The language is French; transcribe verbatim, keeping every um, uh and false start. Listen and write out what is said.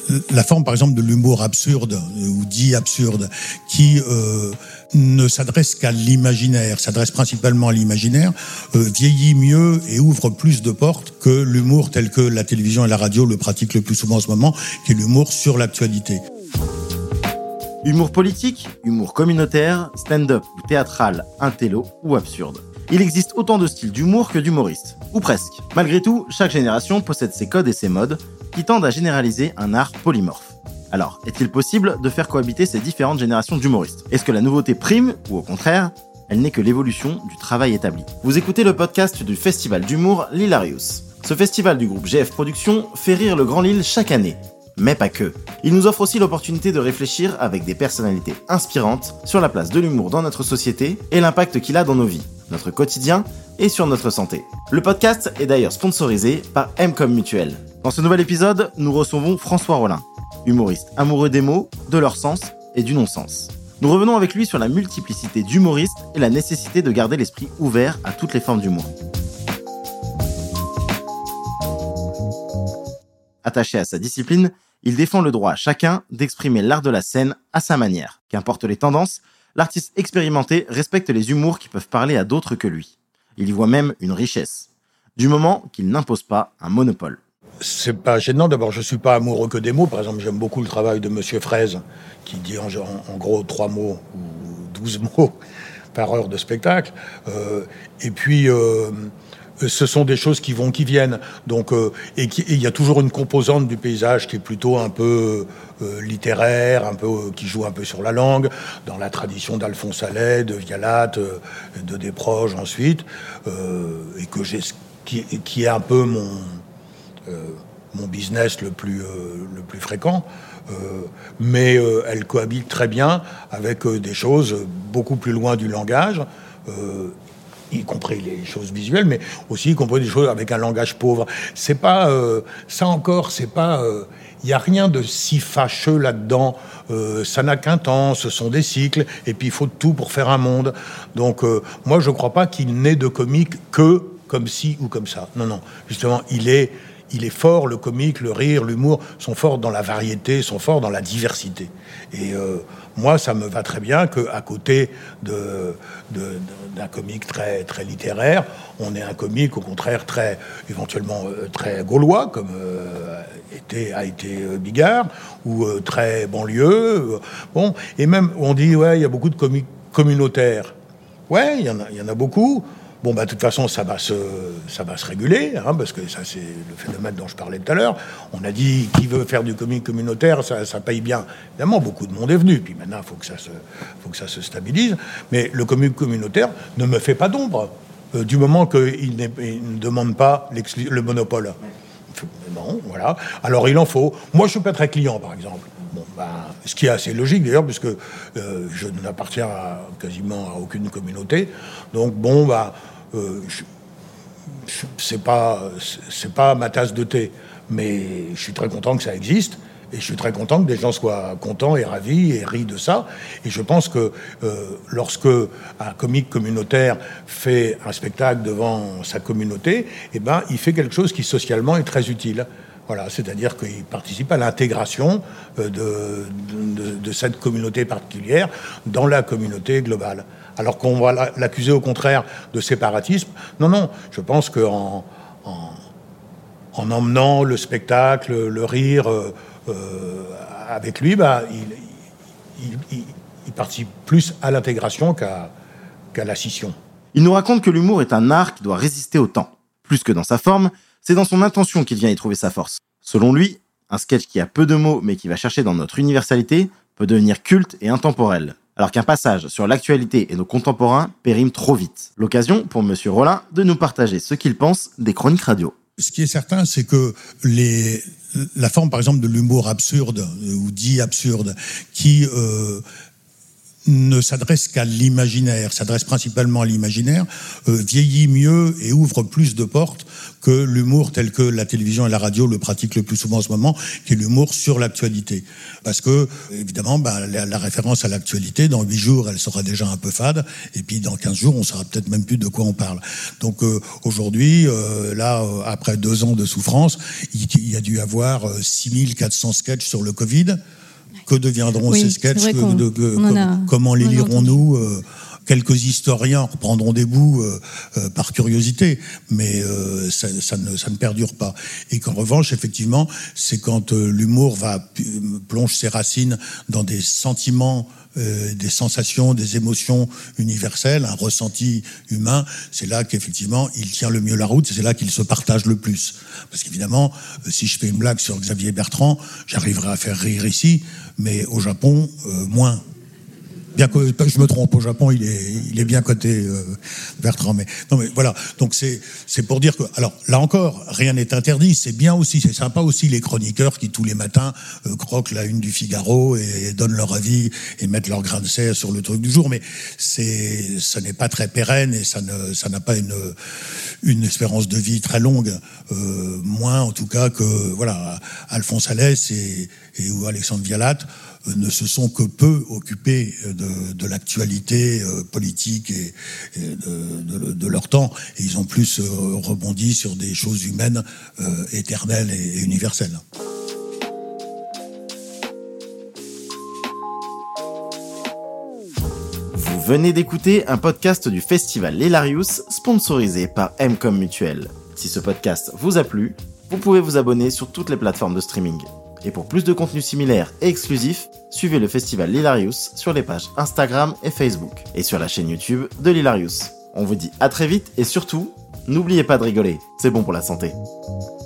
la forme, par exemple, de l'humour absurde ou dit absurde, qui euh, ne s'adresse qu'à l'imaginaire, s'adresse principalement à l'imaginaire, euh, vieillit mieux et ouvre plus de portes que l'humour tel que la télévision et la radio le pratiquent le plus souvent en ce moment, qui est l'humour sur l'actualité. Humour politique, humour communautaire, stand-up ou théâtral, intello ou absurde. Il existe autant de styles d'humour que d'humoristes, ou presque. Malgré tout, chaque génération possède ses codes et ses modes qui tendent à généraliser un art polymorphe. Alors, est-il possible de faire cohabiter ces différentes générations d'humoristes ? Est-ce que la nouveauté prime, ou au contraire, elle n'est que l'évolution du travail établi ? Vous écoutez le podcast du festival d'humour L'Hilarious. Ce festival du groupe G F Productions fait rire le Grand Lille chaque année. Mais pas que. Il nous offre aussi l'opportunité de réfléchir avec des personnalités inspirantes sur la place de l'humour dans notre société et l'impact qu'il a dans nos vies, notre quotidien et sur notre santé. Le podcast est d'ailleurs sponsorisé par M-Com Mutuel. Dans ce nouvel épisode, nous recevons François Rollin, humoriste amoureux des mots, de leur sens et du non-sens. Nous revenons avec lui sur la multiplicité d'humoristes et la nécessité de garder l'esprit ouvert à toutes les formes d'humour. Attaché à sa discipline, il défend le droit à chacun d'exprimer l'art de la scène à sa manière. Qu'importe les tendances, l'artiste expérimenté respecte les humours qui peuvent parler à d'autres que lui. Il y voit même une richesse, du moment qu'il n'impose pas un monopole. C'est pas gênant. D'abord, je suis pas amoureux que des mots. Par exemple, j'aime beaucoup le travail de Monsieur Fraise, qui dit en, en, en gros trois mots ou douze mots par heure de spectacle. Euh, et puis... Euh, ce sont des choses qui vont, qui viennent. Donc, euh, et il y a toujours une composante du paysage qui est plutôt un peu euh, littéraire, un peu, euh, qui joue un peu sur la langue, dans la tradition d'Alphonse Allais, de Vialat, euh, de Desproges ensuite, euh, et que j'ai, qui, qui est un peu mon, euh, mon business le plus, euh, le plus fréquent. Euh, mais euh, elle cohabite très bien avec euh, des choses beaucoup plus loin du langage. Euh, y compris les choses visuelles, mais aussi y compris des choses avec un langage pauvre. C'est pas euh, ça encore, c'est pas. Il euh, y a rien de si fâcheux là-dedans. Euh, ça n'a qu'un temps. Ce sont des cycles. Et puis il faut tout pour faire un monde. Donc euh, moi je crois pas qu'il n'est de comique que comme ci ou comme ça. Non non. Justement, il est. Il est fort, le comique, le rire, l'humour sont forts dans la variété, sont forts dans la diversité. Et euh, moi, ça me va très bien qu'à côté de, de, d'un comique très, très littéraire, on ait un comique, au contraire, très, éventuellement euh, très gaulois, comme euh, était, a été euh, Bigard, ou euh, très banlieue. Euh, bon, et même, on dit, ouais, il y a beaucoup de comiques communautaires. Ouais, il y en a, il y en a beaucoup. Bon, bah, de toute façon, ça va se, ça va se réguler, hein, parce que ça, c'est le phénomène dont je parlais tout à l'heure. On a dit, qui veut faire du comique communautaire, ça, ça paye bien. Évidemment, beaucoup de monde est venu. Puis maintenant, il faut que ça se, faut que ça se stabilise. Mais le comique communautaire ne me fait pas d'ombre, euh, du moment qu'il ne demande pas le monopole. Non, voilà. Alors, il en faut. Moi, je suis pas très client, par exemple. Bon, ben, ce qui est assez logique d'ailleurs, puisque euh, je n'appartiens à, quasiment à aucune communauté. Donc, bon, bah, euh, je, je, c'est pas, c'est pas ma tasse de thé, mais je suis très content que ça existe. Et je suis très content que des gens soient contents et ravis et rient de ça. Et je pense que euh, lorsque un comique communautaire fait un spectacle devant sa communauté, eh ben, il fait quelque chose qui socialement est très utile. Voilà, c'est-à-dire qu'il participe à l'intégration de, de, de, de cette communauté particulière dans la communauté globale. Alors qu'on va l'accuser au contraire de séparatisme. Non, non, je pense qu'en en, en emmenant le spectacle, le rire euh, euh, avec lui, bah, il, il, il, il participe plus à l'intégration qu'à, qu'à la scission. Il nous raconte que l'humour est un art qui doit résister au temps. Plus que dans sa forme, c'est dans son intention qu'il vient y trouver sa force. Selon lui, un sketch qui a peu de mots mais qui va chercher dans notre universalité peut devenir culte et intemporel, alors qu'un passage sur l'actualité et nos contemporains périme trop vite. L'occasion pour Monsieur Rollin de nous partager ce qu'il pense des chroniques radio. Ce qui est certain, c'est que les, la forme, par exemple, de l'humour absurde ou dit absurde, qui euh, ne s'adresse qu'à l'imaginaire, s'adresse principalement à l'imaginaire, euh, vieillit mieux et ouvre plus de portes que l'humour tel que la télévision et la radio le pratiquent le plus souvent en ce moment, qui est l'humour sur l'actualité. Parce que, évidemment, bah, la, la référence à l'actualité, dans huit jours, elle sera déjà un peu fade, et puis dans quinze jours, on saura peut-être même plus de quoi on parle. Donc euh, aujourd'hui, euh, là, euh, après deux ans de souffrance, il, il y a dû avoir euh, six mille quatre cents sketchs sur le Covid. Que deviendront oui, ces sketchs que, de, que, com, a, comment les lirons-nous euh, quelques historiens reprendront des bouts euh, euh, par curiosité, mais euh, ça, ça, ne, ça ne perdure pas. Et qu'en revanche, effectivement, c'est quand euh, l'humour va plonge ses racines dans des sentiments, euh, des sensations, des émotions universelles, un ressenti humain, c'est là qu'effectivement, il tient le mieux la route, c'est là qu'il se partage le plus. Parce qu'évidemment, euh, si je fais une blague sur Xavier Bertrand, j'arriverai à faire rire ici, mais au Japon, euh, moins. Bien que je me trompe, au Japon, il est, il est bien coté, euh, Bertrand. Mais non, mais voilà. Donc c'est, c'est pour dire que, alors là encore, rien n'est interdit. C'est bien aussi, c'est sympa aussi les chroniqueurs qui tous les matins euh, croquent la une du Figaro et, et donnent leur avis et mettent leur grain de sel sur le truc du jour. Mais c'est, ça n'est pas très pérenne et ça ne, ça n'a pas une, une espérance de vie très longue. Euh, moins en tout cas que voilà, Alphonse Allès et, et ou Alexandre Vialat ne se sont que peu occupés de, de l'actualité euh, politique et, et de, de, de leur temps. Et ils ont plus euh, rebondi sur des choses humaines, euh, éternelles et, et universelles. Vous venez d'écouter un podcast du Festival L'Hilarious, sponsorisé par M comme Mutuelle. Si ce podcast vous a plu, vous pouvez vous abonner sur toutes les plateformes de streaming. Et pour plus de contenus similaires et exclusifs, suivez le Festival L'Hilarious sur les pages Instagram et Facebook, et sur la chaîne YouTube de L'Hilarious. On vous dit à très vite, et surtout, n'oubliez pas de rigoler, c'est bon pour la santé.